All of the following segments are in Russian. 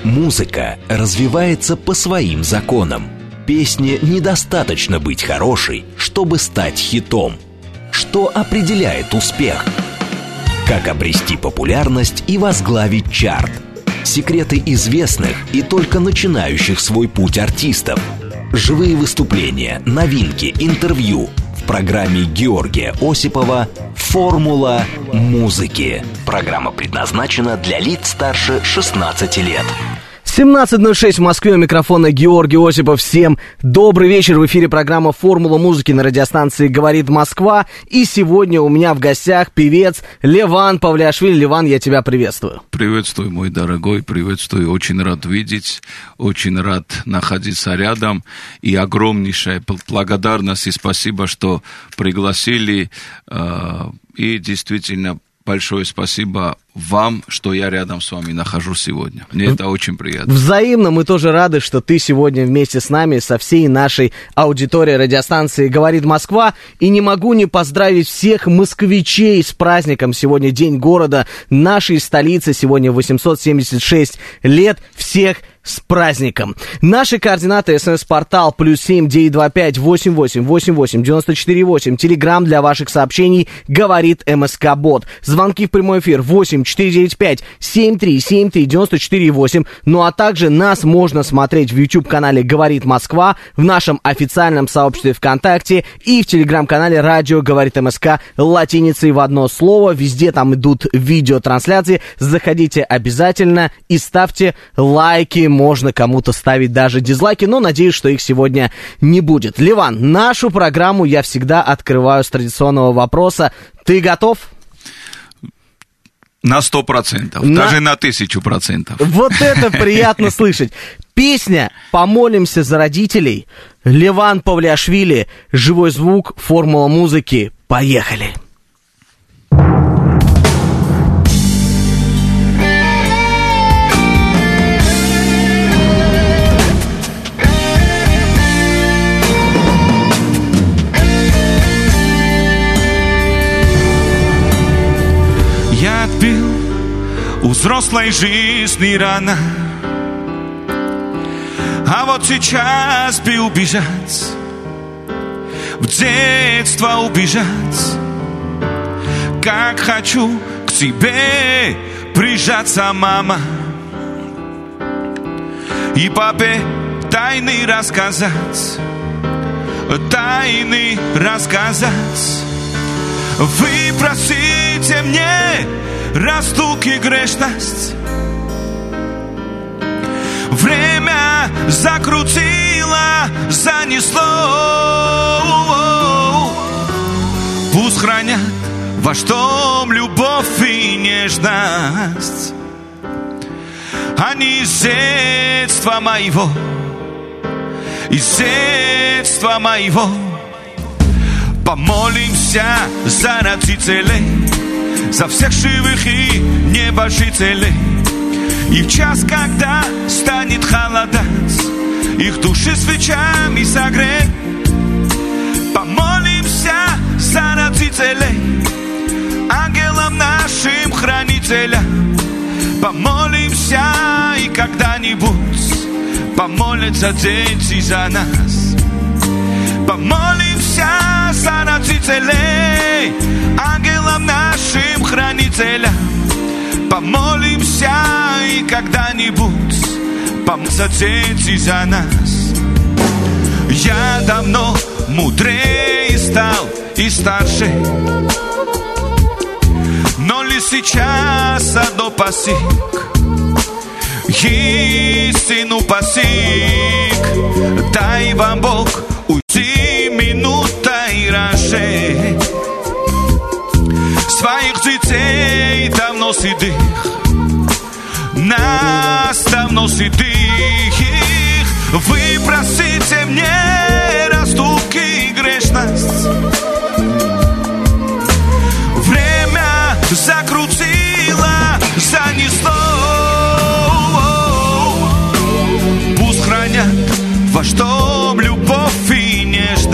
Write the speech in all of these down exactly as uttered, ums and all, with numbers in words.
Музыка развивается по своим законам. Песне недостаточно быть хорошей, чтобы стать хитом. Что определяет успех? Как обрести популярность и возглавить чарт? Секреты известных и только начинающих свой путь артистов. Живые выступления, новинки, интервью. В программе Георгия Осипова «Формула музыки». Программа предназначена для лиц старше шестнадцати лет. семнадцать ноль шесть в Москве, у микрофона Георгий Осипов. Всем добрый вечер. В эфире программа «Формула музыки» на радиостанции «Говорит Москва». И сегодня у меня в гостях певец Леван Павлиашвили. Леван, я тебя приветствую. Приветствую, мой дорогой, приветствую. Очень рад видеть, очень рад находиться рядом. И огромнейшая благодарность и спасибо, что пригласили. И действительно, большое спасибо вам, что я рядом с вами нахожусь сегодня. Мне это очень приятно. Взаимно. Мы тоже рады, что ты сегодня вместе с нами, со всей нашей аудиторией радиостанции «Говорит Москва». И не могу не поздравить всех москвичей с праздником. Сегодня День города нашей столицы. Сегодня восемьсот семьдесят шесть лет. Всех с праздником. Наши координаты: смс-портал плюс семь девятьсот двадцать пять восемьдесят восемь восемьдесят восемь девяносто четыре восемь. Телеграм для ваших сообщений «Говорит МСК-бот». Звонки в прямой эфир восемь четыре девять пять семь три семь три девяносто четыре восемь. Ну а также нас можно смотреть в YouTube-канале «Говорит Москва», в нашем официальном сообществе ВКонтакте и в Телеграм-канале «Радио Говорит МСК» латиницей в одно слово. Везде там идут видеотрансляции. Заходите обязательно и ставьте лайки. Можно кому-то ставить даже дизлайки, но надеюсь, что их сегодня не будет. Леван, нашу программу я всегда открываю с традиционного вопроса. Ты готов? На сто процентов, на... даже на тысячу процентов. Вот это приятно слышать. Песня «Помолимся за родителей». Леван Павлиашвили, живой звук, формула музыки. Поехали. Я отбил у взрослой жизни рано, а вот сейчас бы убежать, в детство убежать. Как хочу к тебе прижаться, мама, и папе тайны рассказать, тайны рассказать. Вы простите мне растуки и грешность. Время закрутило, занесло. Пусть хранят ваш дом любовь и нежность. Они из детства моего, из детства моего. Помолимся за родителей, за всех живых и небожителей. И в час, когда станет холодать, их души свечами согреть. Помолимся за родителей, ангелам нашим хранителям. Помолимся, и когда-нибудь помолятся дети за нас. Помолимся за родителей, ангелам нашим хранителям. Помолимся, и когда-нибудь помолятся дети за нас. Я давно мудрее стал и старше, но ли сейчас одно постиг, истину постиг. Дай вам Бог уйти минутой раньше. Своих детей давно седых, нас давно седых. Вы простите мне раступки и грешность. Время закрутило, занесло. Пусть хранят ваш дом любовь и нежность.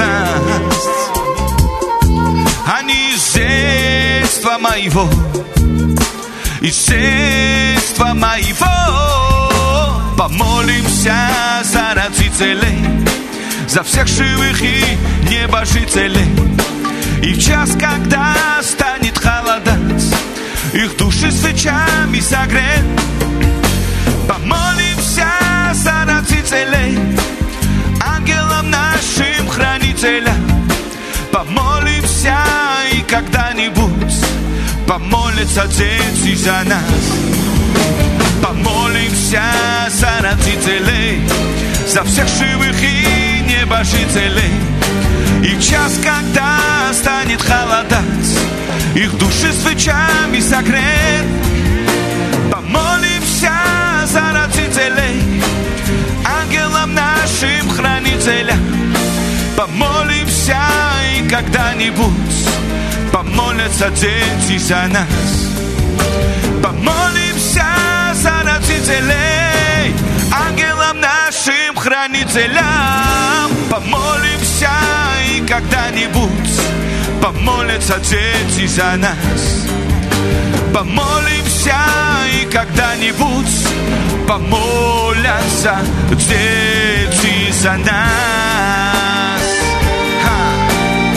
Они из детства моего, из детства моего. Помолимся за родителей, за всех живых и небожителей. И в час, когда станет холодать, их души свечами согреть. Помолимся за родителей, ангелам нашим хранителям. Помолимся, и когда-нибудь помолятся дети за нас. Помолимся за родителей, за всех живых и небожителей. И в час, когда станет холодать, их души свечами согреть. Помолимся за родителей, ангелам нашим хранителям. Помолимся, и когда-нибудь помолятся дети за нас. Помолимся за родителей, ангелам нашим хранителям. Помолимся, и когда-нибудь помолятся дети за нас. Помолимся, и когда-нибудь помолятся дети за нас. Ха.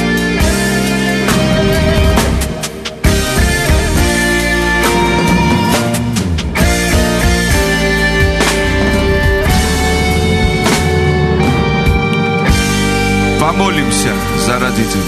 Помолимся за родителей.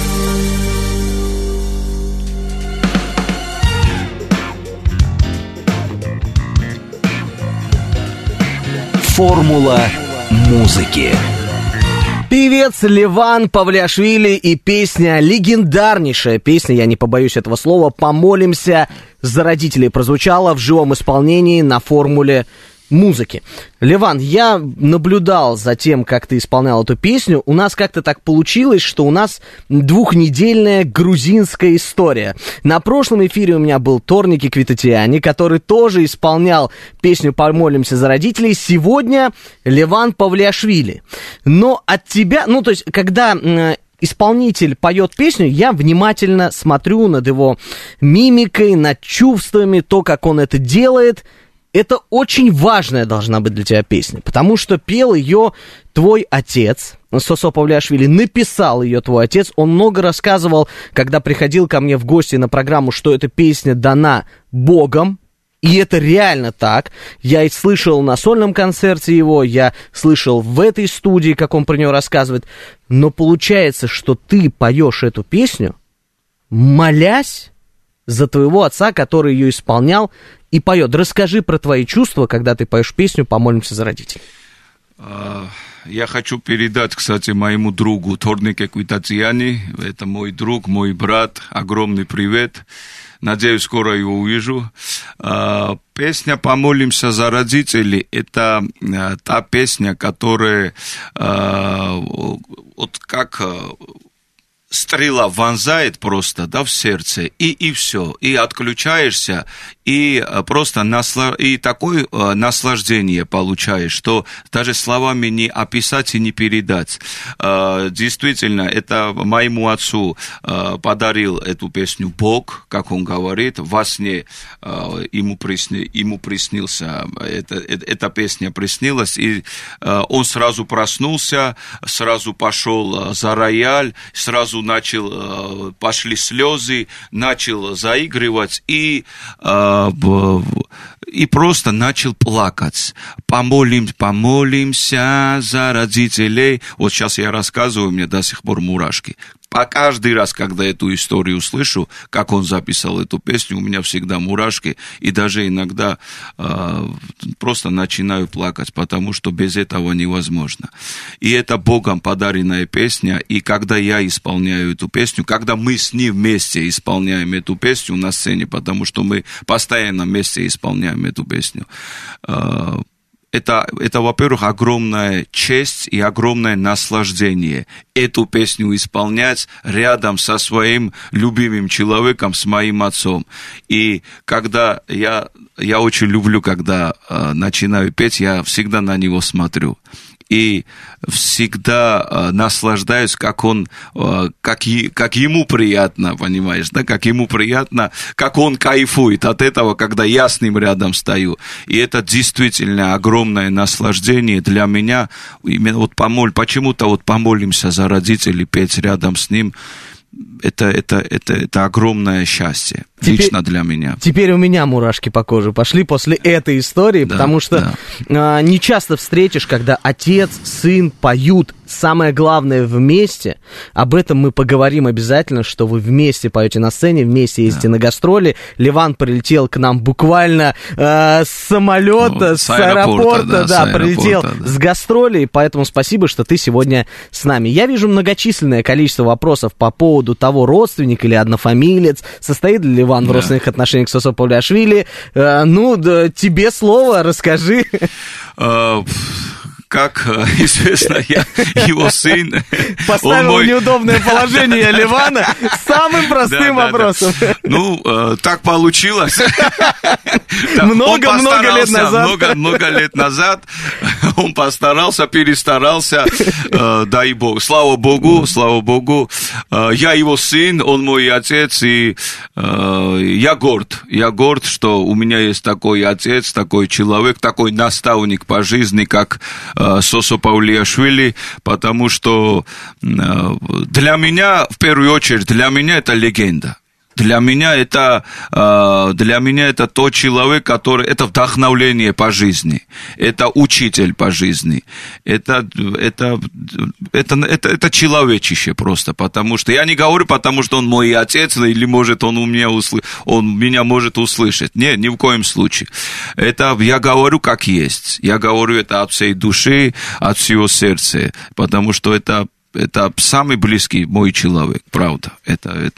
Формула музыки. Певец Леван Павлиашвили и песня, легендарнейшая песня, я не побоюсь этого слова, «Помолимся за родителей», прозвучала в живом исполнении на формуле музыки. Леван, я наблюдал за тем, как ты исполнял эту песню. У нас как-то так получилось, что у нас двухнедельная грузинская история. На прошлом эфире у меня был Торники Квитатиани, который тоже исполнял песню «Помолимся за родителей». Сегодня Леван Павлиашвили. Но от тебя, ну то есть, когда исполнитель поет песню, я внимательно смотрю над его мимикой, над чувствами, то, как он это делает. Это очень важная должна быть для тебя песня, потому что пел ее твой отец, Сосо Павлиашвили, написал ее твой отец. Он много рассказывал, когда приходил ко мне в гости на программу, что эта песня дана Богом, и это реально так. Я и слышал на сольном концерте его, я слышал в этой студии, как он про нее рассказывает, но получается, что ты поешь эту песню, молясь за твоего отца, который ее исполнял и поет. Расскажи про твои чувства, когда ты поешь песню «Помолимся за родителей». Я хочу передать, кстати, моему другу Торнике Квитатиани. Это мой друг, мой брат. Огромный привет. Надеюсь, скоро его увижу. Песня «Помолимся за родителей» – это та песня, которая вот как стрела вонзает просто, да, в сердце, и, и все, и отключаешься, и просто насла... и такое наслаждение получаешь, что даже словами не описать и не передать. Действительно, это моему отцу подарил эту песню Бог, как он говорит, во сне ему, присни... ему приснился, это, эта песня приснилась, и он сразу проснулся, сразу пошел за рояль, сразу начал, пошли слезы, начал заигрывать и, и просто начал плакать. Помолим, помолимся за родителей. Вот сейчас я рассказываю, мне до сих пор мурашки. А каждый раз, когда эту историю слышу, как он записал эту песню, у меня всегда мурашки, и даже иногда э, просто начинаю плакать, потому что без этого невозможно. И это Богом подаренная песня, и когда я исполняю эту песню, когда мы с ним вместе исполняем эту песню на сцене, потому что мы постоянно вместе исполняем эту песню, э, Это, это, во-первых, огромная честь и огромное наслаждение эту песню исполнять рядом со своим любимым человеком, с моим отцом. И когда я, я очень люблю, когда э, начинаю петь, я всегда на него смотрю. и всегда наслаждаюсь, как он, как, как ему приятно, понимаешь, да, как ему приятно, как он кайфует от этого, когда я с ним рядом стою. И это действительно огромное наслаждение для меня. Именно вот помоль, почему-то вот помолимся за родителей, петь рядом с ним. Это, это, это, это огромное счастье, теперь, лично для меня. Теперь у меня мурашки по коже пошли после этой истории, да, потому что да. а, не часто встретишь, когда отец, сын поют. Самое главное вместе, об этом мы поговорим обязательно, что вы вместе поете на сцене, вместе ездите да. на гастроли. Ливан прилетел к нам буквально э, с самолета, ну, с, с аэропорта, аэропорта, да, да, с аэропорта, прилетел да. с гастролей, поэтому спасибо, что ты сегодня с нами. Я вижу многочисленное количество вопросов по поводу того, родственник или однофамилец, состоит ли Ливан да. в родственных отношениях с Сосо Павлиашвили. Э, ну, да, тебе слово, расскажи. Как известно, я его сын. Поставил мой... в неудобное положение Ливана самым простым да, вопросом. Да, да. Ну, э, так получилось. Много-много лет назад. Много-много лет назад он постарался, перестарался. Э, дай бог. Слава богу, слава богу. Э, я его сын, он мой отец, и э, я горд. Я горд, что у меня есть такой отец, такой человек, такой наставник по жизни, как Сосо Павлиашвили, потому что для меня, в первую очередь, для меня это легенда. Для меня это, для меня это тот человек, который, это вдохновление по жизни, это учитель по жизни, это, это, это, это, это человечище просто, потому что, я не говорю, потому что он мой отец, или может он, у меня услы, он меня может услышать, нет, ни в коем случае, это я говорю как есть, я говорю это от всей души, от всего сердца, потому что это, это самый близкий мой человек, правда, это, это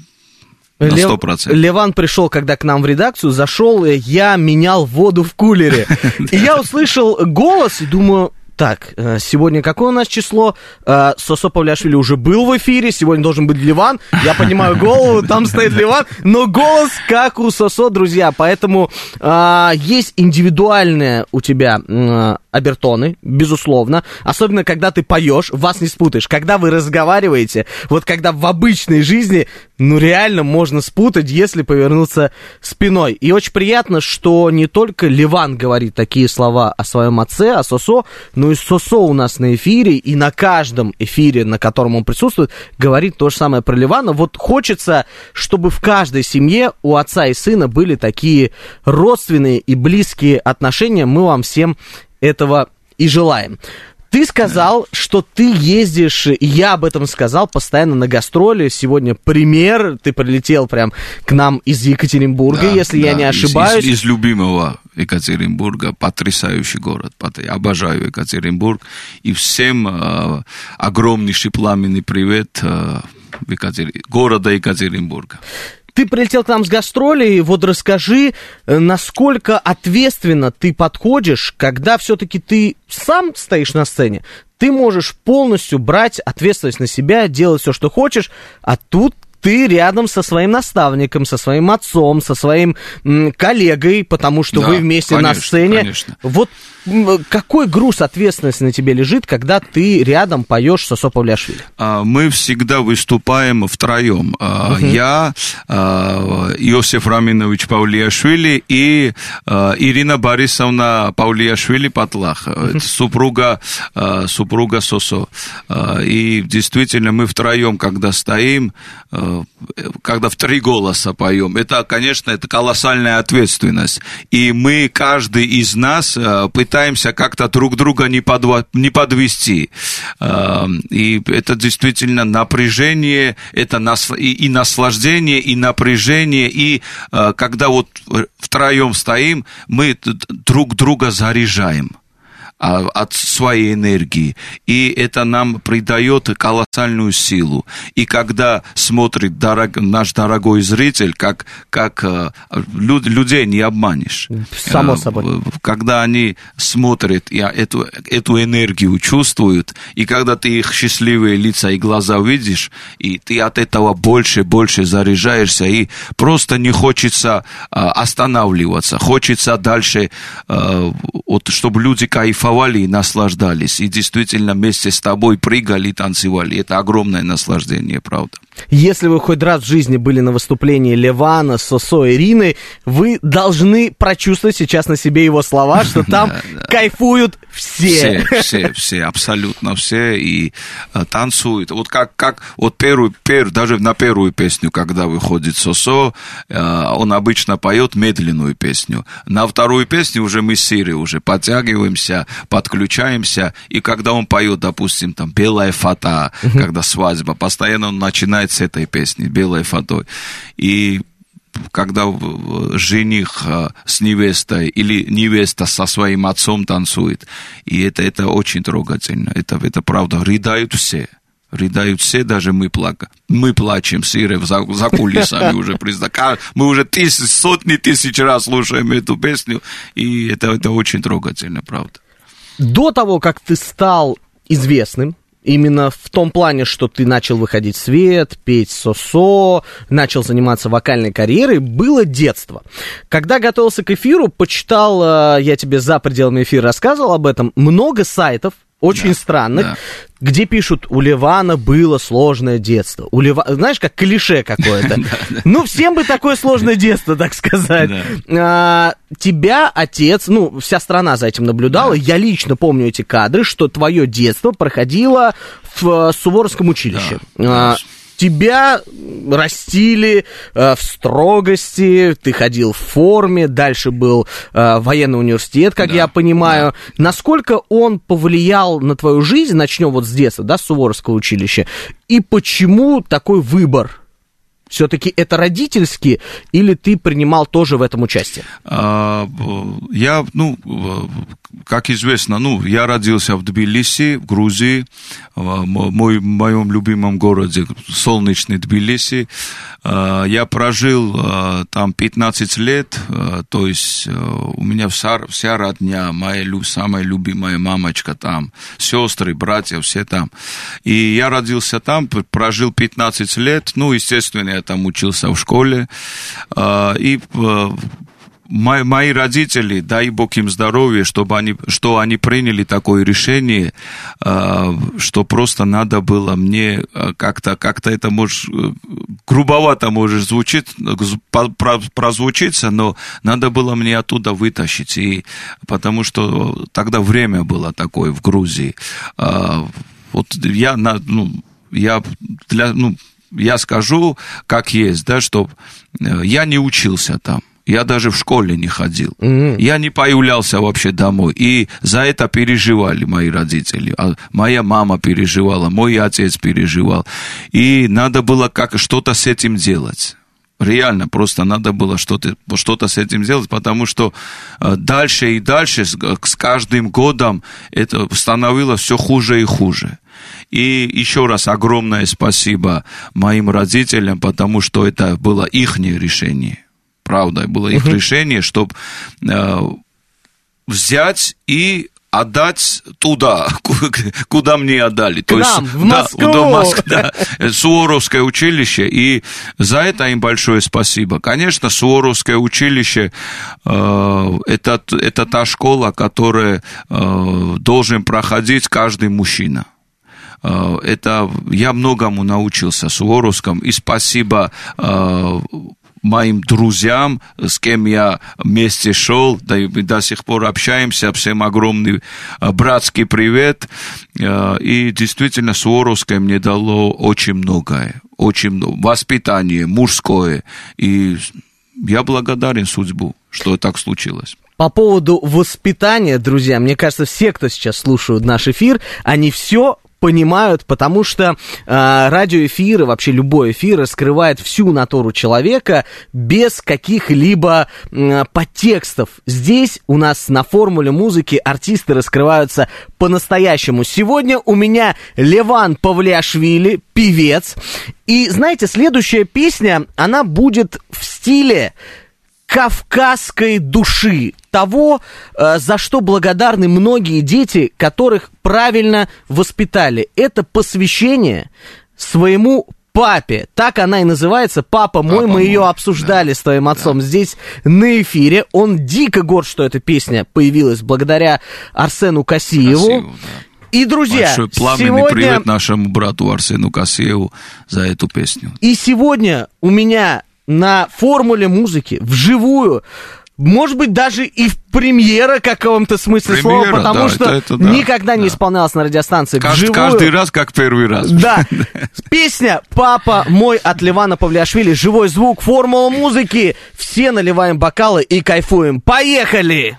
Лев... Ливан пришел, когда к нам в редакцию, зашел, я менял воду в кулере. И я услышал голос и думаю, так, сегодня какое у нас число? Сосо Павлиашвили уже был в эфире, сегодня должен быть Ливан. Я понимаю голову, там стоит Ливан, но голос как у Сосо, друзья. Поэтому а, есть индивидуальные у тебя а, обертоны, безусловно. Особенно, когда ты поешь, вас не спутаешь. Когда вы разговариваете, вот когда в обычной жизни, ну реально можно спутать, если повернуться спиной. И очень приятно, что не только Ливан говорит такие слова о своем отце, о Сосо, но и Сосо у нас на эфире, и на каждом эфире, на котором он присутствует, говорит то же самое про Ливана. Вот хочется, чтобы в каждой семье у отца и сына были такие родственные и близкие отношения. Мы вам всем этого и желаем. Ты сказал, что ты ездишь, и я об этом сказал, постоянно на гастроли. Сегодня пример, ты прилетел прям к нам из Екатеринбурга, да, если да, я не ошибаюсь. Из, из, из любимого Екатеринбурга, потрясающий город. Я обожаю Екатеринбург. И всем э, огромнейший пламенный привет э, в Екатер... города Екатеринбурга. Ты прилетел к нам с гастролей, вот расскажи, насколько ответственно ты подходишь, когда все-таки ты сам стоишь на сцене, ты можешь полностью брать ответственность на себя, делать все, что хочешь, а тут ты рядом со своим наставником, со своим отцом, со своим м, коллегой, потому что да, вы вместе конечно, на сцене. Конечно. Вот м, какой груз ответственности на тебе лежит, когда ты рядом поешь Сосо Павлиашвили? Мы всегда выступаем втроем. Uh-huh. Я, Иосиф Раминович Павлиашвили и Ирина Борисовна Павлиашвили-Патлах, uh-huh. супруга, супруга Сосо. И действительно мы втроем, когда стоим, когда в три голоса поем, это, конечно, это колоссальная ответственность. И мы, каждый из нас, пытаемся как-то друг друга не, подва- не подвести. И это действительно напряжение, это нас- и, и наслаждение, и напряжение. И когда вот втроем стоим, мы друг друга заряжаем от своей энергии, и это нам придает колоссальную силу. И когда смотрит дорог, наш дорогой зритель, как, как люд, людей не обманешь. Само собой. Когда они смотрят и эту, эту энергию чувствуют, и когда ты их счастливые лица и глаза видишь, и ты от этого больше и больше заряжаешься, и просто не хочется останавливаться, хочется дальше, вот, чтобы люди кайфовали кайфовали и наслаждались. И действительно вместе с тобой прыгали и танцевали. Это огромное наслаждение, правда. Если вы хоть раз в жизни были на выступлении Левана, Сосо, Ирины, вы должны прочувствовать сейчас на себе его слова, что там кайфуют все. Все, все, все, абсолютно все. И а, танцуют. Вот как, как вот первую, первую, даже на первую песню, когда выходит Сосо, а, он обычно поет медленную песню. На вторую песню уже мы с Ирой уже подтягиваемся, подключаемся. И когда он поет, допустим, там «Белая фата», когда свадьба, постоянно он начинает с этой песни «Белой фатой». И когда жених с невестой или невеста со своим отцом танцует, и это, это очень трогательно, это, это правда, рыдают все. Рыдают все, даже мы плакаем. Мы плачем с Ирой за, за кулисами уже. Мы уже тысяч, сотни тысяч раз слушаем эту песню, и это, это очень трогательно, правда. До того, как ты стал известным, именно в том плане, что ты начал выходить в свет, петь Сосо, начал заниматься вокальной карьерой, было детство. Когда готовился к эфиру, почитал, я тебе за пределами эфира рассказывал об этом, много сайтов, очень да, странных, да. где пишут, у Левана было сложное детство. У Лева... Знаешь, как клише какое-то. Ну, всем бы такое сложное детство, так сказать. Тебя отец, ну, вся страна за этим наблюдала. Я лично помню эти кадры, что твое детство проходило в Суворовском училище. Тебя растили э, в строгости, ты ходил в форме, дальше был э, военный университет, как да, я понимаю. Да. Насколько он повлиял на твою жизнь, начнем вот с детства, да, с Суворовского училища, и почему такой выбор? Все-таки это родительский, или ты принимал тоже в этом участие? А, я, ну, как известно, ну, я родился в Тбилиси, в Грузии, в, мой, в моем любимом городе, солнечный Тбилиси. Я прожил там пятнадцать лет, то есть у меня вся, вся родня, моя самая любимая мамочка там, сестры, братья, все там. И я родился там, прожил пятнадцать лет, ну, естественно, я там учился в школе, и мои родители, дай Бог им здоровья, чтобы они, что они приняли такое решение, что просто надо было мне как-то, как-то это может, грубовато может звучить, прозвучиться, но надо было мне оттуда вытащить, и, потому что тогда время было такое в Грузии. Вот я, ну, я для, ну, я скажу, как есть, да, что я не учился там. Я даже в школе не ходил. Mm-hmm. Я не появлялся вообще домой. И за это переживали мои родители. А моя мама переживала, мой отец переживал. И надо было как что-то с этим делать. Реально, просто надо было что-то, что-то с этим делать, потому что дальше и дальше, с, с каждым годом, это становилось все хуже и хуже. И еще раз огромное спасибо моим родителям, потому что это было их решение. Правда, было их uh-huh. решение, чтобы э, взять и отдать туда, куда мне отдали. К То нам, есть, в Москву. Да, в Москву, да, Суворовское училище, и за это им большое спасибо. Конечно, Суворовское училище э, это, это та школа, которая э, должен проходить каждый мужчина. Э, это я многому научился в Суворовском, и спасибо э, моим друзьям, с кем я вместе шел, да и мы до сих пор общаемся, всем огромный братский привет. И действительно, Суворовское мне дало очень многое, очень много. Воспитание мужское. И я благодарен судьбу, что так случилось. По поводу воспитания, друзья, мне кажется, все, кто сейчас слушают наш эфир, они все понимают, потому что э, радиоэфир и вообще любой эфир раскрывает всю натуру человека без каких-либо э, подтекстов. Здесь у нас на формуле музыки артисты раскрываются по-настоящему. Сегодня у меня Леван Павлиашвили, певец. И, знаете, следующая песня, она будет в стиле кавказской души, того, за что благодарны многие дети, которых правильно воспитали. Это посвящение своему папе. Так она и называется, «Папа мой». Папа Мы мой, ее обсуждали да, с твоим отцом да. здесь на эфире. Он дико горд, что эта песня появилась благодаря Арсену Касиеву. Касиеву, да. И, друзья, большой пламенный сегодня... привет нашему брату Арсену Касиеву за эту песню. И сегодня у меня на формуле музыки вживую, может быть, даже и в премьера, как в каком-то смысле Премьера, слова, потому да, что это, это, да, никогда не да. исполнялась на радиостанции Кажд, вживую. каждый раз как первый раз. Да. Песня «Папа мой» от Левана Павлиашвили. Живой звук, формула музыки. Все наливаем бокалы и кайфуем. Поехали!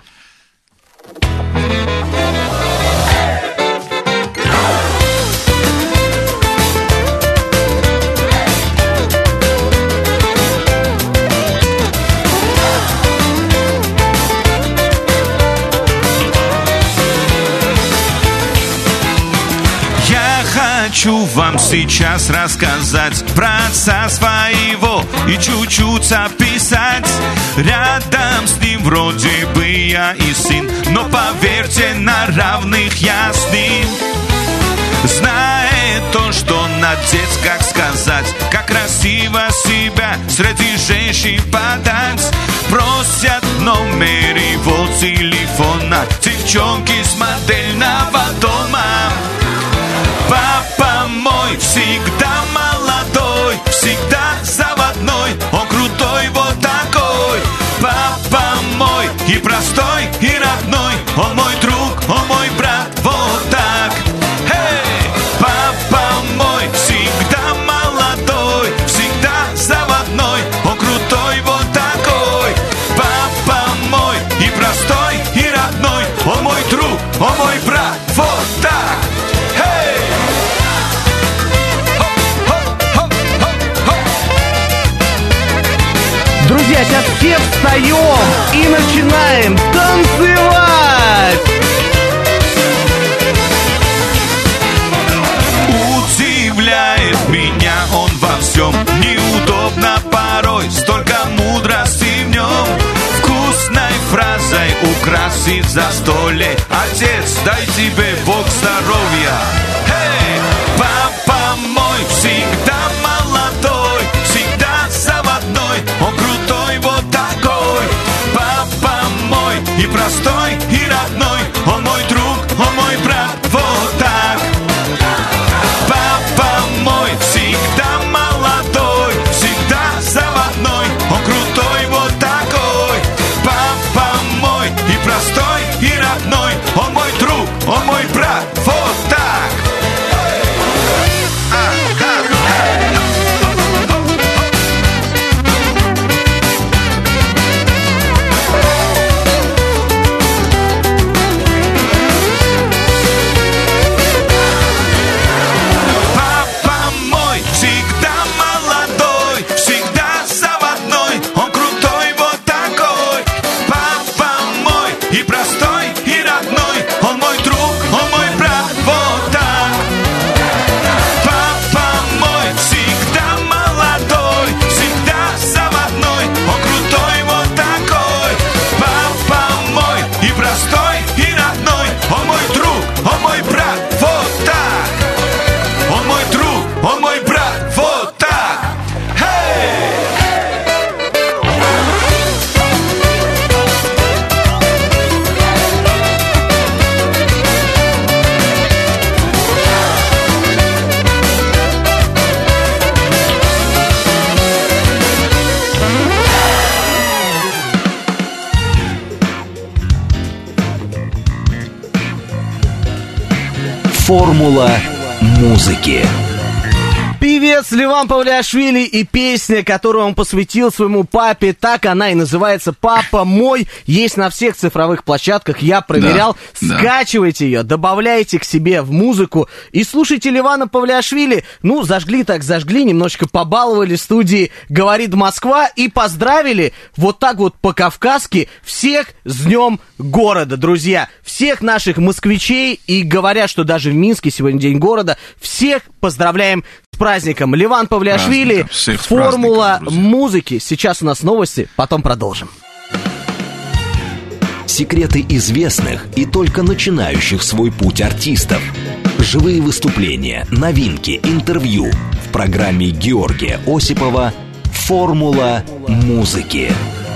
Хочу вам сейчас рассказать про отца своего и чуть-чуть описать. Рядом с ним вроде бы я и сын, но поверьте, на равных я с ним. Знает то, что он отец, как сказать, как красиво себя среди женщин подать. Просят номер его телефона девчонки с модельного дома. Папа мой всегда молодой, всегда заводной, он крутой вот такой. Папа мой и простой, и родной, он мой друг, он мой брат, вот так. Эй! Папа мой всегда молодой, всегда заводной, он крутой вот такой. Папа мой и простой, и родной, он мой друг, он мой брат, вот так. Друзья, сейчас все встаем и начинаем танцевать! Удивляет меня он во всем, неудобно порой, столько мудрости в нем. Вкусной фразой украсит застолье: отец, дай тебе Бог здоровья. Эй, папа мой всегда молодой, всегда заводной, он крутой вот такой. Папа мой и простой, и родной, он мой друг, он мой брат, вот так. Папа мой всегда молодой, всегда заводной, он крутой вот такой. Папа мой и простой, и родной, он мой друг, он мой брат, вот так. Формула музыки. Певец Леван Павлиашвили и песня, которую он посвятил своему папе, так она и называется «Папа мой». Есть на всех цифровых площадках, я проверял. Да, Скачивайте да. ее, добавляйте к себе в музыку и слушайте Левана Павлиашвили. Ну, зажгли так зажгли, немножечко побаловали студии «Говорит Москва» и поздравили вот так вот по-кавказски всех с Днем города, друзья. Всех наших москвичей, и говорят, что даже в Минске сегодня День города, всех поздравляем с праздником. Леван Павлиашвили, формула музыки. Сейчас у нас новости, потом продолжим. Секреты известных и только начинающих свой путь артистов. Живые выступления, новинки, интервью в программе Георгия Осипова «Формула музыки».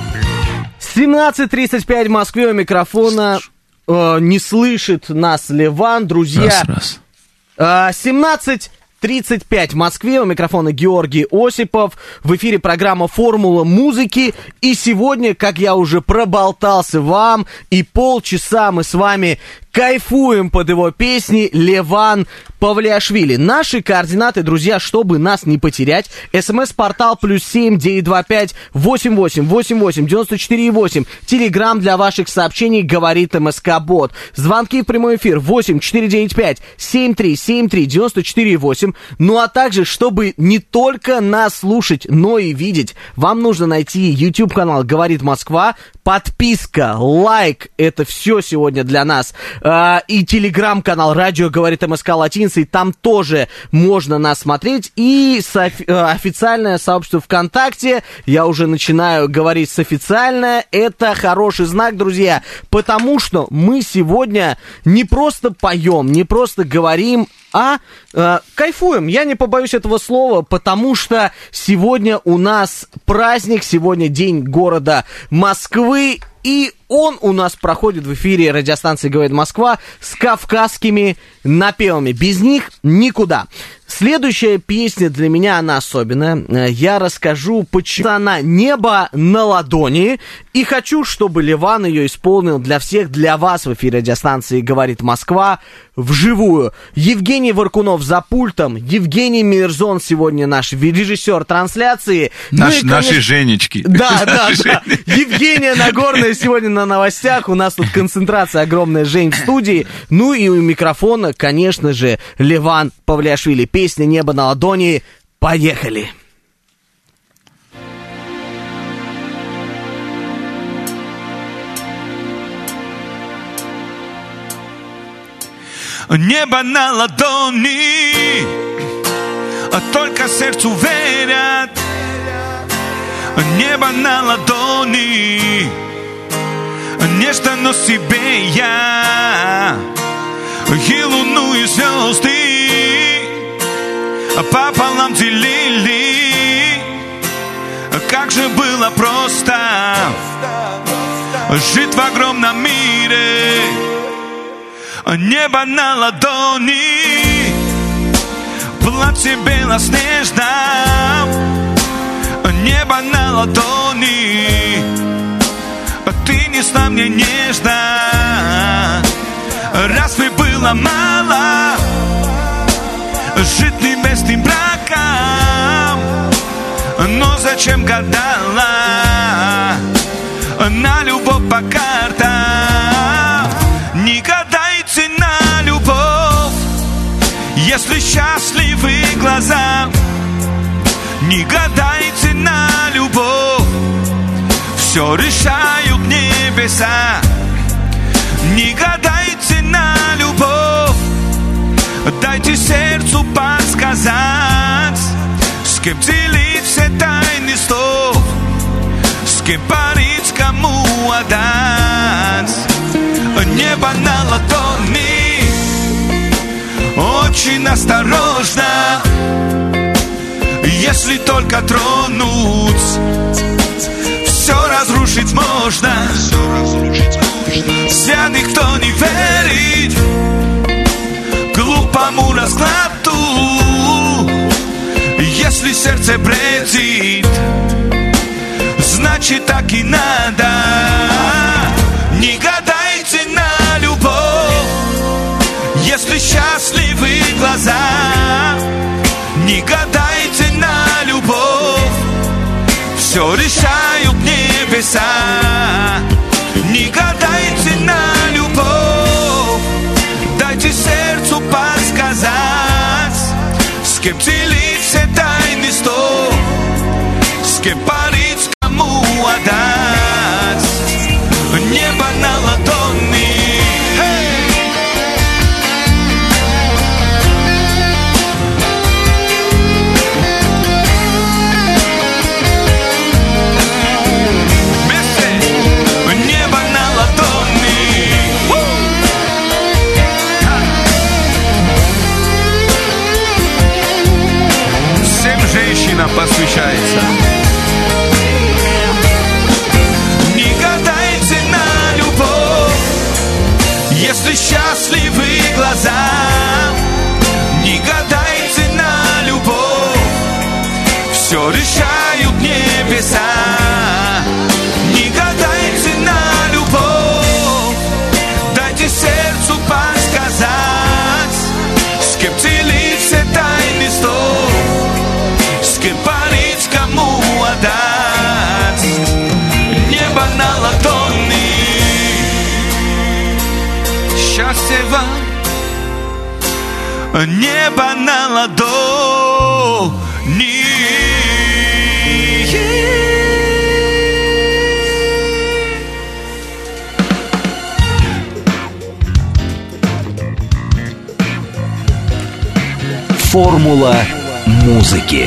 семнадцать тридцать пять в Москве, у микрофона э, не слышит нас Леван, друзья. Раз, раз. Э, семнадцать тридцать пять в Москве, у микрофона Георгий Осипов. В эфире программа «Формула музыки». И сегодня, как я уже проболтался вам, и полчаса мы с вами кайфуем под его песни, Леван Павлиашвили. Наши координаты, друзья, чтобы нас не потерять. СМС-портал плюс семь девятьсот двадцать пять восемьдесят восемь восемьдесят восемь девяносто четыре восемь. Телеграм для ваших сообщений говорит МСК-бот. Звонки в прямой эфир восемь четыреста девяносто пять семьдесят три семьдесят три девяносто четыре восемь. Ну а также, чтобы не только нас слушать, но и видеть, вам нужно найти YouTube-канал «Говорит Москва». Подписка, лайк, это все сегодня для нас. И телеграм-канал «Радио говорит МСК» латиницей, там тоже можно нас смотреть. И официальное сообщество ВКонтакте, я уже начинаю говорить с официальное, это хороший знак, друзья, потому что мы сегодня не просто поем, не просто говорим, а э, кайфуем. Я не побоюсь этого слова, потому что сегодня у нас праздник, сегодня день города Москвы, и он у нас проходит в эфире радиостанции «Говорит Москва» с кавказскими напевами. Без них никуда. Следующая песня для меня, она особенная. Я расскажу, почему она «Небо на ладони». И хочу, чтобы Леван ее исполнил для всех, для вас в эфире радиостанции «Говорит Москва» вживую. Евгений Варкунов за пультом, Евгений Мирзон сегодня наш режиссер трансляции. Наш, ну и, конечно... Наши Женечки. Да, да, да. Евгения Нагорная сегодня на новостях. У нас тут концентрация огромная Жень в студии. Ну и у микрофона, конечно же, Леван Павлиашвили. Песня «Небо на ладони». Поехали! Небо на ладони, а только сердцу верят. Небо на ладони, нечто но себе я. И луну, и звезды пополам делили. Как же было просто жить в огромном мире. Небо на ладони, платье белоснежно. Небо на ладони, ты несла мне нежно. Разве было мало жить небесным браком? Но зачем гадала на любовь по картам? Не гадайте на любовь, если счастливы глаза. Не гадайте на любовь, все решают небеса. Не гадайте на любовь, дайте сердцу подсказать, с кем делить все тайны слов, с кем парить, кому отдать. Небо на ладони, очень осторожно. Если только тронуть, все разрушить можно. Вся никто не верит глупому раскладу. Если сердце бредит, значит так и надо. Не гадайте на любовь, если счастливы глаза. Не гадайте на любовь, все решают небеса. Не гадайте на любовь, дайте сердцу подсказать, с кем делить все тайны слов, с кем парить, кому отдать. Небо на ладони. кончается. Не гадайте на любовь, если счастливы глаза. Не гадайте на любовь, все решают небеса. Не гадайте на любовь, дайте сердцу подсказать, с кем делить все тайны стол, с кем парить, кому отдать. Небо на ладони, счастье вам. Небо на ладони. Формула музыки.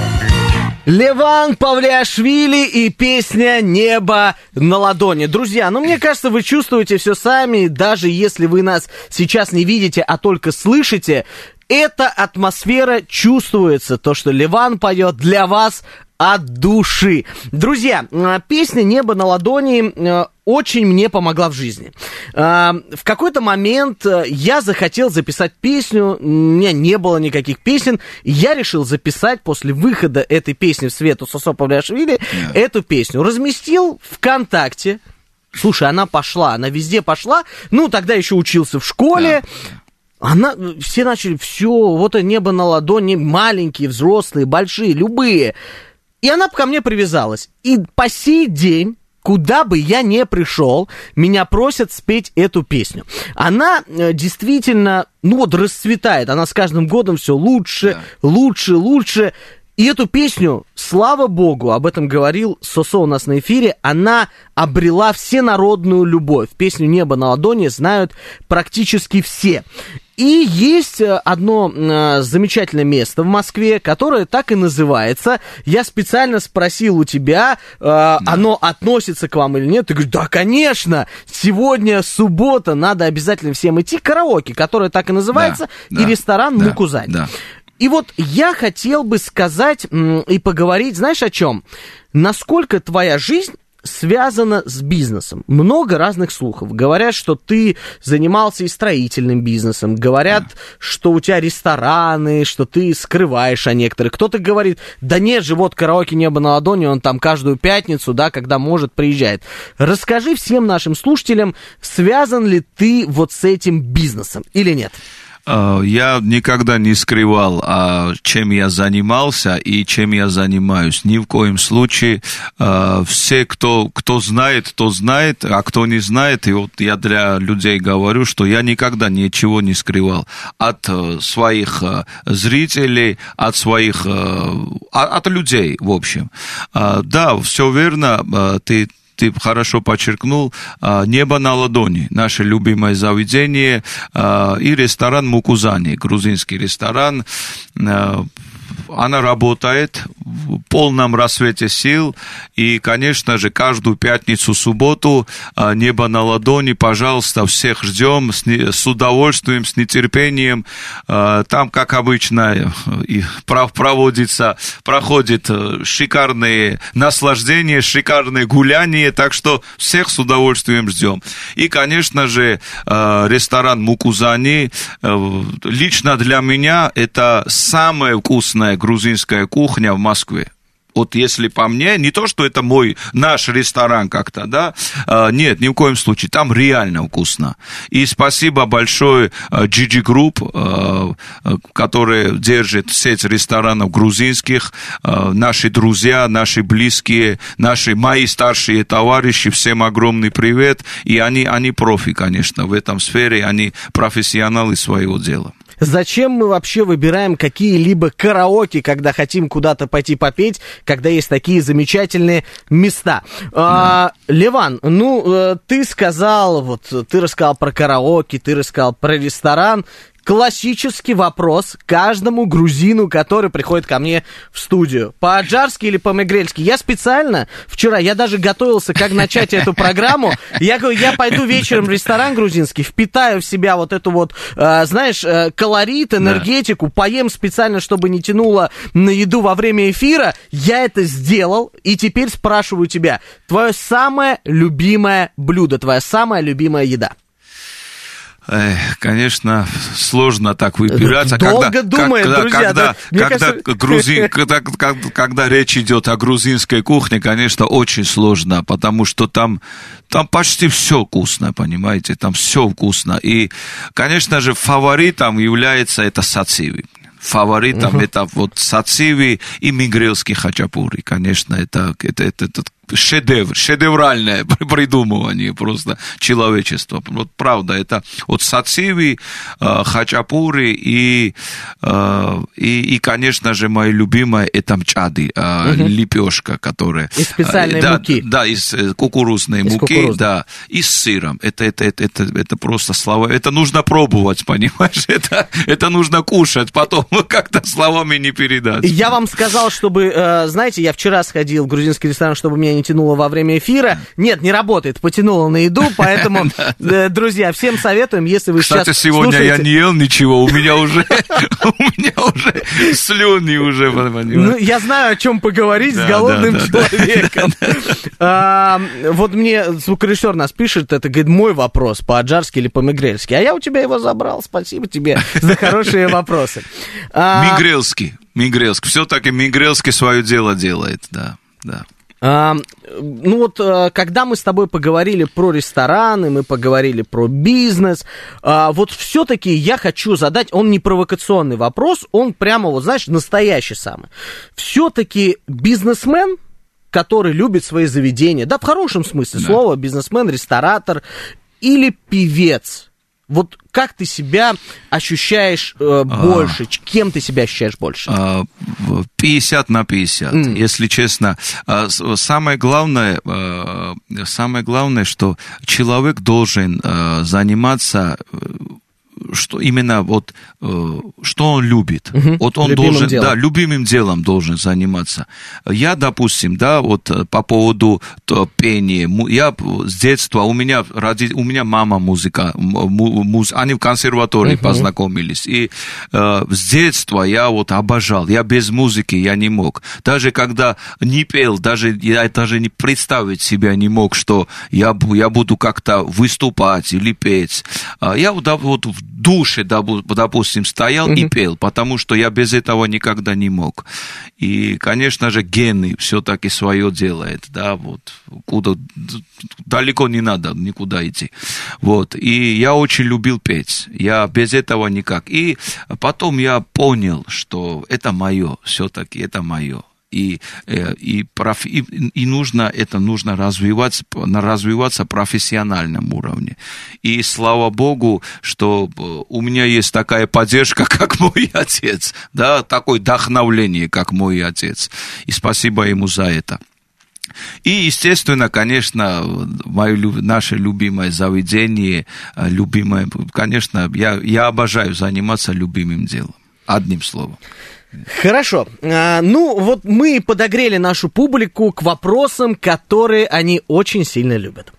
Леван Павлиашвили и песня «Небо на ладони». Друзья, ну мне кажется, вы чувствуете все сами, даже если вы нас сейчас не видите, а только слышите. Эта атмосфера чувствуется, то, что Леван поет для вас от души. Друзья, песня «Небо на ладони» очень мне помогла в жизни. В какой-то момент я захотел записать песню, у меня не было никаких песен, я решил записать после выхода этой песни в свет у Сосо Павлиашвили yeah. эту песню. Разместил ВКонтакте. Слушай, она пошла, она везде пошла. Ну, тогда еще учился в школе. Yeah. Она, все начали, все, вот и «Небо на ладони», маленькие, взрослые, большие, любые. И она ко мне привязалась. И по сей день, куда бы я ни пришел, меня просят спеть эту песню. Она э, действительно, ну вот, расцветает. Она с каждым годом все лучше, да. лучше, лучше. И эту песню, слава богу, об этом говорил Сосо у нас на эфире, она обрела всенародную любовь. Песню «Небо на ладони» знают практически все. И есть одно э, замечательное место в Москве, которое так и называется. Я специально спросил у тебя, э, да. оно относится к вам или нет. Ты говоришь, да, конечно, сегодня суббота, надо обязательно всем идти. Караоке, которое так и называется, да, и да, ресторан да, «Мукузань». Да. И вот я хотел бы сказать м, и поговорить, знаешь, о чем? Насколько твоя жизнь связано с бизнесом. Много разных слухов. Говорят, что ты занимался и строительным бизнесом. Говорят, да. что у тебя рестораны, что ты скрываешь о некоторых. Кто-то говорит, да нет же, вот караоке «Небо на ладони», он там каждую пятницу, да, когда может, приезжает. Расскажи всем нашим слушателям, связан ли ты вот с этим бизнесом или нет? Я никогда не скрывал, чем я занимался и чем я занимаюсь. Ни в коем случае. Все, кто, кто знает, то знает, а кто не знает, и вот я для людей говорю, что я никогда ничего не скрывал от своих зрителей, от своих, от людей, в общем. Да, все верно, ты Ты хорошо подчеркнул, «Небо на ладони», наше любимое заведение, и ресторан «Мукузани», грузинский ресторан. Она работает в полном расцвете сил, и, конечно же, каждую пятницу, субботу «Небо на ладони», пожалуйста, всех ждем с, не, с удовольствием, с нетерпением. Там, как обычно, и проводится, проходит шикарные наслаждения, шикарные гуляния, так что всех с удовольствием ждем. И, конечно же, ресторан «Мукузани», лично для меня, это самая вкусная грузинская кухня в Москве. Вот если по мне, не то, что это мой, наш ресторан как-то, да, нет, ни в коем случае, там реально вкусно. И спасибо большое джи джи Group, который держит сеть ресторанов грузинских, наши друзья, наши близкие, наши, мои старшие товарищи, всем огромный привет, и они, они профи, конечно, в этом сфере, они профессионалы своего дела. Зачем мы вообще выбираем какие-либо караоке, когда хотим куда-то пойти попеть, когда есть такие замечательные места? Да. А, Леван, ну, ты сказал, вот, ты рассказал про караоке, ты рассказал про ресторан. классический вопрос каждому грузину, который приходит ко мне в студию. По-аджарски или по-мегрельски? Я специально вчера, я даже готовился, как начать эту программу. Я говорю, я пойду вечером в ресторан грузинский, впитаю в себя вот эту вот, э, знаешь, э, колорит, энергетику, да. Поем специально, чтобы не тянуло на еду во время эфира. Я это сделал, и теперь спрашиваю тебя, твое самое любимое блюдо, твоя самая любимая еда? Эх, конечно, сложно так выбирать. Долго когда, думает, когда, друзья. Когда, да, когда, кажется... грузин, когда, когда, когда речь идет о грузинской кухне, конечно, очень сложно, потому что там, там почти все вкусно, понимаете, там все вкусно. И, конечно же, фаворитом является это сациви. Фаворитом uh-huh. это вот сациви и мигрельский хачапури. Конечно, это, это, это, это шедевр, шедевральное придумывание просто человечества. Вот правда, это вот сациви, э, хачапури и, э, и, и, конечно же, моя любимая это мчади, э, uh-huh. лепешка, которая... Из специальной э, да, муки. Да, из кукурузной из муки, кукурузной. Да, и с сыром. Это, это, это, это, это просто слова... Это нужно пробовать, понимаешь? Это, это нужно кушать, потом как-то словами не передать. Я вам сказал, чтобы, э, знаете, я вчера сходил в грузинский ресторан, чтобы меня не тянуло во время эфира. Нет, не работает, потянуло на еду, поэтому, друзья, всем советуем, если вы сейчас Кстати, сегодня я не ел ничего, у меня уже, у меня уже слюни уже, ну, я знаю, о чем поговорить с голодным человеком. Вот мне звукорежиссер нас пишет, это, говорит, мой вопрос, по-аджарски или по-мегрельски, а я у тебя его забрал, спасибо тебе за хорошие вопросы. Мигрельский, Мигрельский, все-таки Мигрельский свое дело делает, да, да. А, ну вот, когда мы с тобой поговорили про рестораны, мы поговорили про бизнес, а, вот все-таки я хочу задать, он не провокационный вопрос, он прямо, вот знаешь, настоящий самый. Все-таки бизнесмен, который любит свои заведения, да, в хорошем смысле да. слова, бизнесмен, ресторатор или певец, вот как ты себя ощущаешь э, больше? А, кем ты себя ощущаешь больше? пятьдесят на пятьдесят, mm. если честно. Самое главное, самое главное, что человек должен заниматься... что именно вот, что он любит. Угу. Вот он любимым должен, делом. Да, любимым делом должен заниматься. Я, допустим, да, вот по поводу пения, я с детства, у меня, роди, у меня мама музыка, муз, они в консерватории угу. познакомились, и э, с детства я вот обожал, я без музыки я не мог. Даже когда не пел, даже, я даже не представить себя не мог, что я, я буду как-то выступать или петь. Я вот, вот в душе, допустим, стоял mm-hmm. и пел, потому что я без этого никогда не мог. И, конечно же, гены все-таки свое делает, да, вот, куда, далеко не надо никуда идти. Вот, и я очень любил петь, я без этого никак. И потом я понял, что это мое, все-таки это мое. И, и, и, и нужно, это нужно развиваться, развиваться профессиональном уровне. И слава Богу, что у меня есть такая поддержка, как мой отец, да, такое вдохновление, как мой отец. И спасибо ему за это. И, естественно, конечно, мое, наше любимое заведение, любимое, конечно, я, я обожаю заниматься любимым делом, одним словом. Хорошо. А, ну, вот мы подогрели нашу публику к вопросам, которые они очень сильно любят.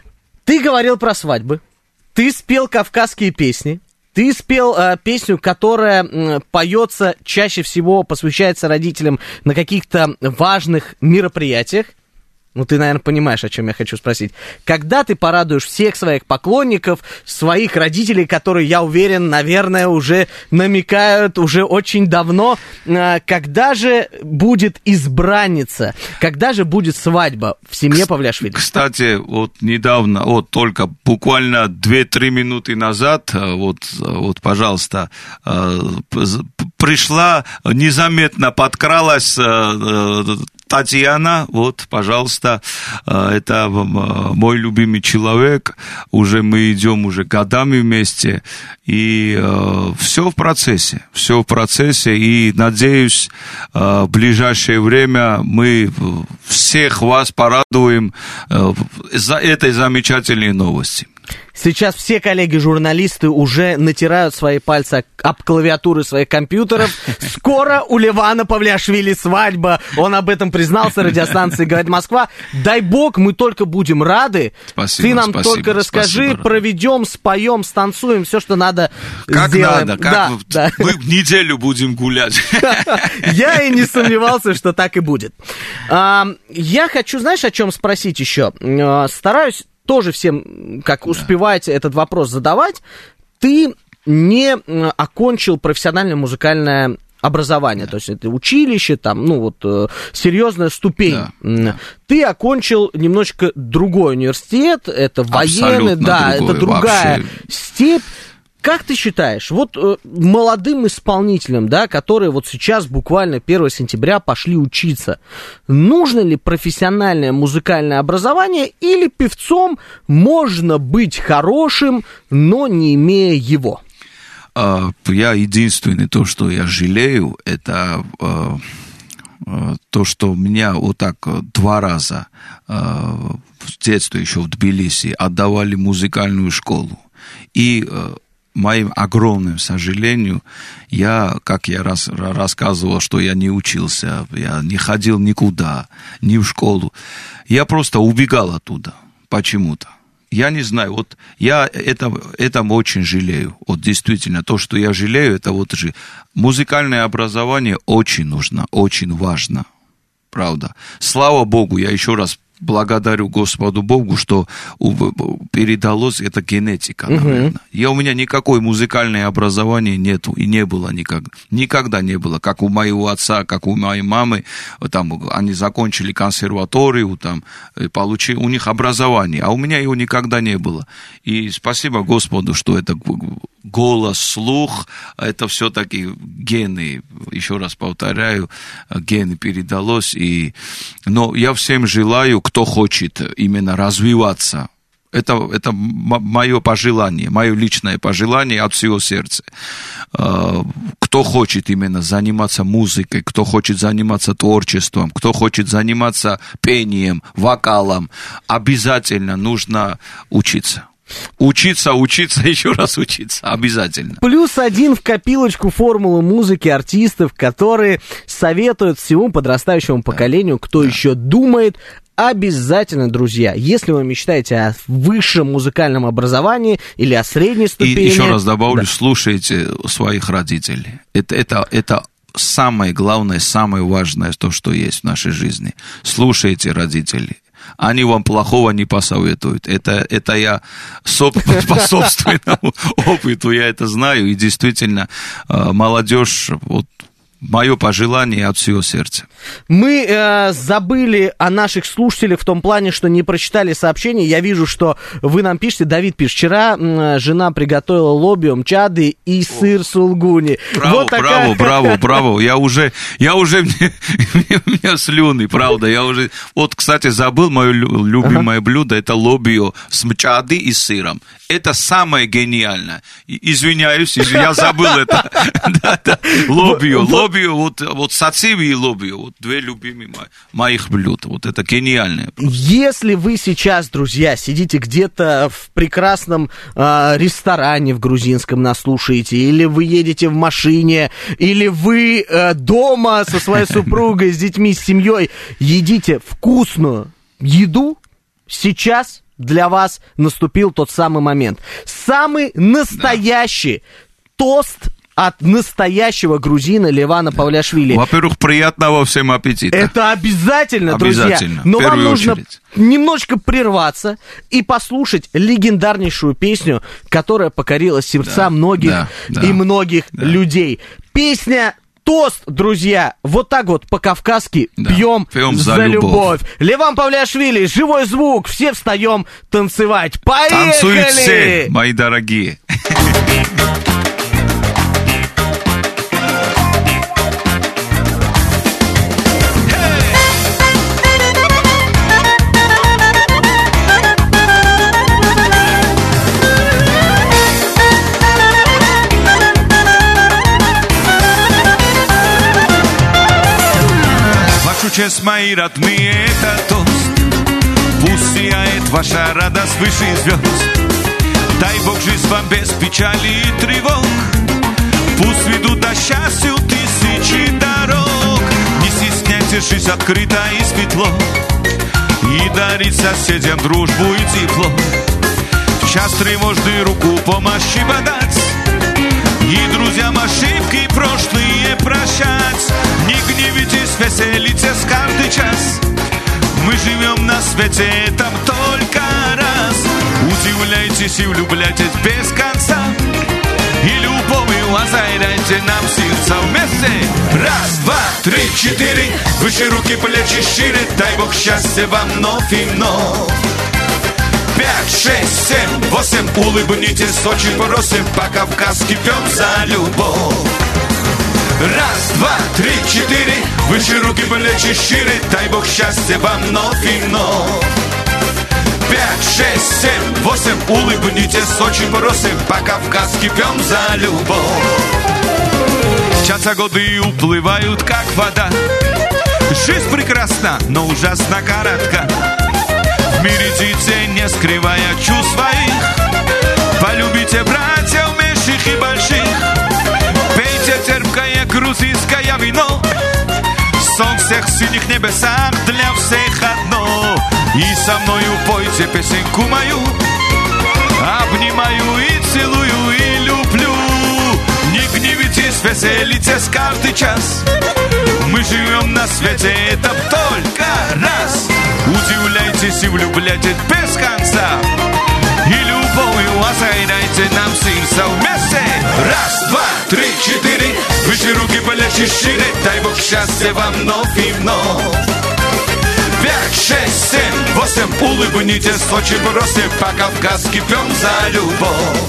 Ты говорил про свадьбы, ты спел кавказские песни, ты спел а, песню, которая м, поется чаще всего, посвящается родителям на каких-то важных мероприятиях. Ну, ты, наверное, понимаешь, о чем я хочу спросить. Когда ты порадуешь всех своих поклонников, своих родителей, которые, я уверен, наверное, уже намекают уже очень давно, когда же будет избранница, когда же будет свадьба в семье Павлиашвили? Кстати, вот недавно, вот только буквально две-три минуты назад, вот, вот, пожалуйста, пришла, незаметно подкралась Татьяна, вот, пожалуйста, это мой любимый человек, уже мы идем уже годами вместе, и все в процессе, все в процессе, и, надеюсь, в ближайшее время мы всех вас порадуем за этой замечательной новости. Сейчас все коллеги-журналисты уже натирают свои пальцы об клавиатуры своих компьютеров. Скоро у Левана Павлиашвили свадьба. Он об этом признался радиостанции «Говорит Москва». Дай бог, мы только будем рады. Спасибо, Ты нам спасибо, только расскажи, спасибо. Проведем, споем, станцуем, все, что надо, как сделаем. Надо, как да, надо, да. Мы в неделю будем гулять. Я и не сомневался, что так и будет. Я хочу, знаешь, о чем спросить еще? Стараюсь тоже всем, как успевать да. этот вопрос задавать. Ты не окончил профессиональное музыкальное образование, да. то есть это училище, там, ну вот, серьезная ступень. Да. Ты окончил немножечко другой университет, это военный, да, другой, это другая вообще. Степь. Как ты считаешь, вот э, молодым исполнителям, да, которые вот сейчас буквально первого сентября пошли учиться, нужно ли профессиональное музыкальное образование или певцом можно быть хорошим, но не имея его? Я единственное, то, что я жалею, это то, что меня вот так два раза в детстве еще в Тбилиси отдавали в музыкальную школу. И моим огромным сожалением, я, как я раз, рассказывал, что я не учился, я не ходил никуда, ни в школу. Я просто убегал оттуда почему-то. Я не знаю, вот я это, это очень жалею. Вот действительно, то, что я жалею, это вот же музыкальное образование очень нужно, очень важно. Правда. Слава Богу, я еще раз благодарю Господу Богу, что передалось это генетика, наверное. Uh-huh. Я, у меня никакое музыкальное образование нету и не было никогда. Никогда не было, как у моего отца, как у моей мамы. Там, они закончили консерваторию, там, получили, у них образование, а у меня его никогда не было. И спасибо Господу, что это голос, слух, это все-таки гены, еще раз повторяю, гены передалось. И... Но я всем желаю, кто хочет именно развиваться. Это, это мое пожелание, мое личное пожелание от всего сердца. Кто хочет именно заниматься музыкой, кто хочет заниматься творчеством, кто хочет заниматься пением, вокалом, обязательно нужно учиться. Учиться, учиться, еще раз учиться, обязательно. Плюс один в копилочку формулы музыки артистов, которые советуют всему подрастающему поколению, кто да. еще думает. Обязательно, друзья, если вы мечтаете о высшем музыкальном образовании или о средней ступени... И еще раз добавлю, да. слушайте своих родителей. Это, это, это самое главное, самое важное, то, что есть в нашей жизни. Слушайте родителей. Они вам плохого не посоветуют. Это, это я по собственному опыту, я это знаю. И действительно, молодежь... Вот, мое пожелание от всего сердца. Мы э, забыли о наших слушателях в том плане, что не прочитали сообщение. Я вижу, что вы нам пишете. Давид пишет. Вчера э, жена приготовила лобио, мчады и сыр сулгуни. Браво, вот такая... браво, браво, браво. Я уже, я уже, у меня слюны, правда. Я уже, вот, кстати, забыл мое любимое ага. блюдо. Это лобио с мчады и сыром. Это самое гениальное. Извиняюсь, я забыл это. Лобио, лобио, вот, вот сациви и лобио, вот две любимые моих блюд. Вот это гениальное. Если вы сейчас, друзья, сидите где-то в прекрасном э, ресторане в грузинском, нас слушаете, или вы едете в машине, или вы э, дома со своей супругой, с детьми, с семьей, едите вкусную еду, сейчас для вас наступил тот самый момент. Самый настоящий да. тост от настоящего грузина Левана Павлиашвили. Во-первых, приятного всем аппетита. Это обязательно, обязательно друзья. Но вам нужно очередь. немножечко прерваться и послушать легендарнейшую песню, которая покорила сердца да, многих да, да, и многих да. людей. Песня «Тост», друзья, вот так вот по-кавказски да, пьем, пьем за, за любовь. любовь. Леван Павлиашвили, живой звук, все встаем танцевать. Поехали! Танцуют все, мои дорогие. Честь, мои родные, это тост. Пусть сияет ваша радость выше звезд. Дай Бог жизнь вам без печали и тревог. Пусть ведут до счастью тысячи дорог. Не стесняйтесь, жизнь открыта и светло, и дарить соседям дружбу и тепло. В час тревожный руку помощи подать, и друзьям ошибки прошлые прощать. Не гневитесь, веселитесь каждый час. Мы живем на свете, там только раз. Удивляйтесь и влюбляйтесь без конца, и любовью озаряйте нам сердца вместе. Раз, два, три, четыре. Выше руки, плечи шире. Дай Бог счастья вам вновь и вновь. Пять, шесть, семь, восемь. Улыбнитесь, очень просим, по-кавказски пьем за любовь. Раз, два, три, четыре. Выше руки, плечи шире. Дай Бог счастья вам вновь и вновь. Пять, шесть, семь, восемь. Улыбнитесь, очень просим, по-кавказски пьем за любовь. Мчатся годы и уплывают, как вода. Жизнь прекрасна, но ужасно коротка. В мире идите, не скрывая чувств своих. Полюбите братьев меньших и больших. Пейте терпкое грузинское вино. Солнце в синих небесах для всех одно. И со мною пойте песенку мою. Обнимаю и целую и люблю. Не гневитесь, веселитесь каждый час. Мы живем на свете, это только раз. Удивляйтесь и влюбляйтесь без конца, и любовью озаряйте нам сердца вместе. Раз, два, три, четыре. Выше руки, плечи шире. Дай Бог счастья вам вновь и вновь. Пять, шесть, семь, восемь. Улыбнитесь, очень просим, по-кавказски пьем за любовь.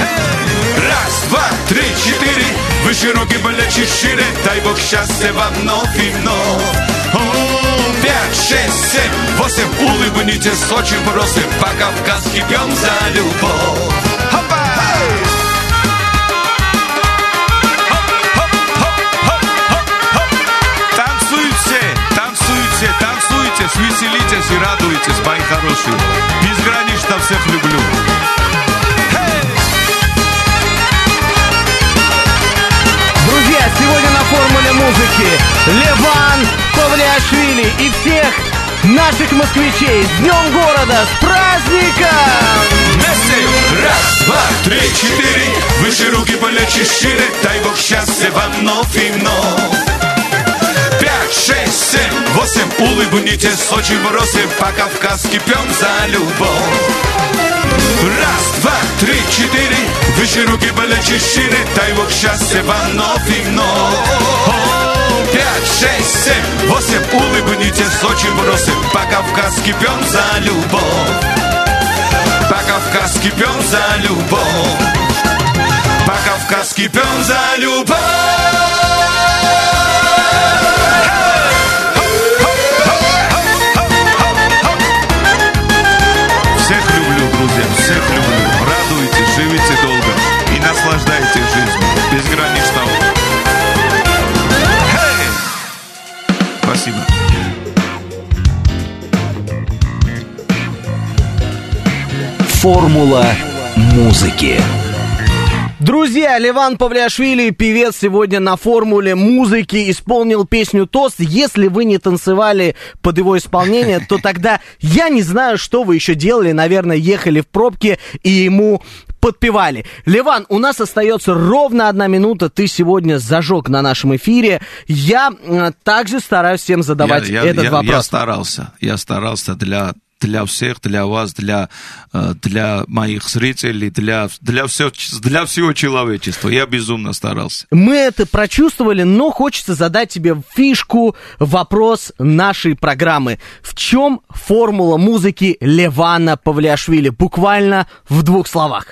Раз, два, три, четыре. Выше руки, плечи шире. Дай Бог счастья вам вновь и вновь. Пять, шесть, семь, восемь. Улыбнитесь, очень просим, по-кавказски пьем за любовь. Хопа! Танцуйте, танцуйте, танцуйте, веселитесь и радуйтесь, мои хорошие. Безгранично всех люблю. Друзья, сегодня на формуле музыки Леван Павлиашвили и всех наших москвичей с Днем города, с праздником! Вместе! Раз, два, три, четыре. Выше руки, плечи шире. Дай Бог счастья вам вновь и вновь. Пять, шесть, семь, восемь. Улыбнитесь, очень просим, по-кавказски пьем за любовь. Раз, два, три, четыре. Выше руки, плечи шире. Дай Бог счастья вам вновь и вновь. Пять, шесть, семь, восемь. Улыбнитесь, очень просим, по-кавказски пьем за любовь. По-кавказски пьем за любовь. По-кавказски пьем за любовь. Всех люблю, друзья, всех люблю. Радуйтесь, живите долго и наслаждайтесь жизнью безгранично. Hey! Спасибо. Формула музыки. Друзья, Леван Павлиашвили, певец, сегодня на формуле музыки исполнил песню «Тост». Если вы не танцевали под его исполнение, то тогда я не знаю, что вы еще делали. Наверное, ехали в пробке и ему подпевали. Леван, у нас остается ровно одна минута. Ты сегодня зажег на нашем эфире. Я э, также стараюсь всем задавать я, я, этот я, вопрос. Я старался. Я старался для... для всех, для вас, для, для моих зрителей, для, для, все, для всего человечества. Я безумно старался. Мы это прочувствовали, но хочется задать тебе фишку, вопрос нашей программы. В чем формула музыки Левана Павлиашвили? Буквально в двух словах.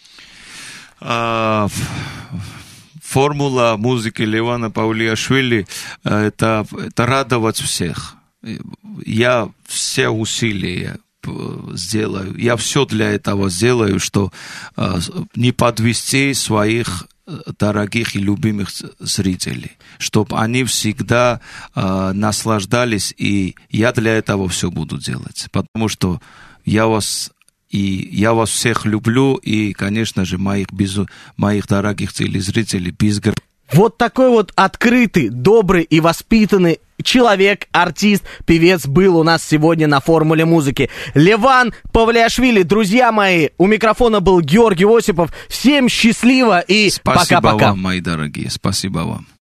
А, формула музыки Левана Павлиашвили – это, это радовать всех. Я все усилия сделаю, я все для этого сделаю, что э, не подвести своих дорогих и любимых зрителей, чтобы они всегда э, наслаждались, и я для этого все буду делать, потому что я вас И я вас всех люблю, и, конечно же, моих, безу... моих дорогих телезрителей без гр... Вот такой вот открытый, добрый и воспитанный человек, артист, певец был у нас сегодня на «Формуле музыки». Леван Павлиашвили, друзья мои, у микрофона был Георгий Осипов. Всем счастливо и пока-пока. Спасибо вам, мои дорогие, спасибо вам.